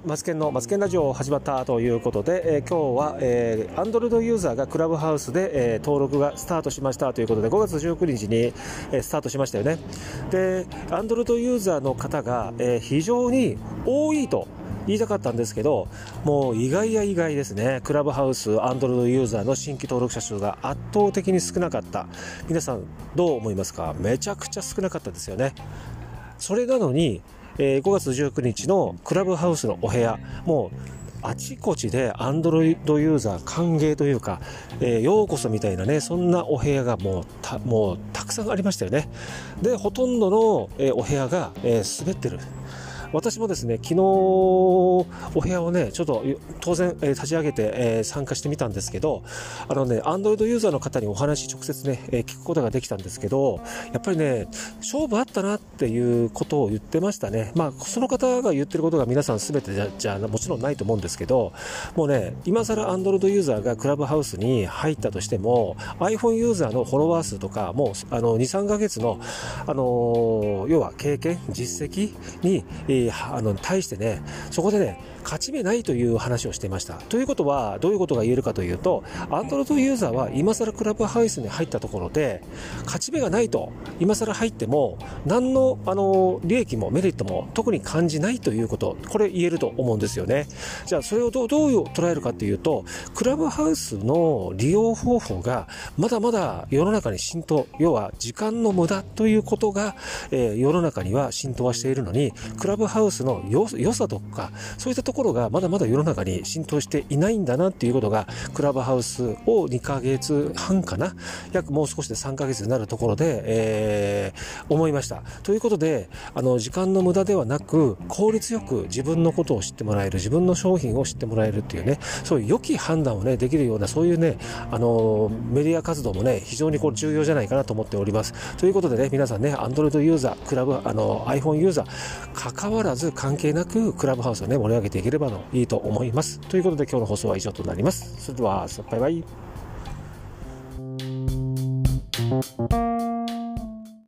マツケンラジオ始まったということで、今日は、Android ユーザーがクラブハウスで、登録がスタートしましたということで、5月19日に、スタートしましたよね。で、Android ユーザーの方が、非常に多いと言いたかったんですけど、もう意外や意外ですね。クラブハウス Android ユーザーの新規登録者数が圧倒的に少なかった。皆さんどう思いますか？めちゃくちゃ少なかったですよね。それなのに、5月19日のクラブハウスのお部屋、もうあちこちで Android ユーザー歓迎というか、ようこそみたいなね、そんなお部屋がもうたくさんありましたよね。で、ほとんどの、お部屋が、滑ってる。私もですね、昨日お部屋をね、ちょっと当然、立ち上げて、参加してみたんですけど、Android ユーザーの方にお話直接ね、聞くことができたんですけど、やっぱりね、勝負あったなっていうことを言ってましたね。まあ、その方が言ってることが皆さん全てじゃもちろんないと思うんですけど、もうね、今更 Android ユーザーがクラブハウスに入ったとしても、iPhone ユーザーのフォロワー数とか、もう2、3ヶ月の、要は経験、実績に、対してね、そこでね、勝ち目ないという話をしていました。ということは、どういうことが言えるかというと、Android ユーザーは今更クラブハウスに入ったところで、勝ち目がないと、今更入っても、何の、利益もメリットも特に感じないということ、これ言えると思うんですよね。じゃあ、それをどう捉えるかというと、クラブハウスの利用方法が、まだまだ世の中に浸透、要は時間の無駄ということが、世の中には浸透はしているのに、クラブハウスの良さとか、そういったところがまだまだ世の中に浸透していないんだなっていうことが、クラブハウスを2ヶ月半かな、約もう少しで3ヶ月になるところで、思いました。ということで、時間の無駄ではなく、効率よく自分のことを知ってもらえる、自分の商品を知ってもらえるっていうね、そういう良き判断をね、できるような、そういうね、メディア活動もね、非常に重要じゃないかなと思っております。ということでね、皆さんね、Android ユーザー、iPhone ユーザー、関わらず関係なくクラブハウスをね、盛り上げていければいいと思います。ということで今日の放送は以上となります。それではバイバイ。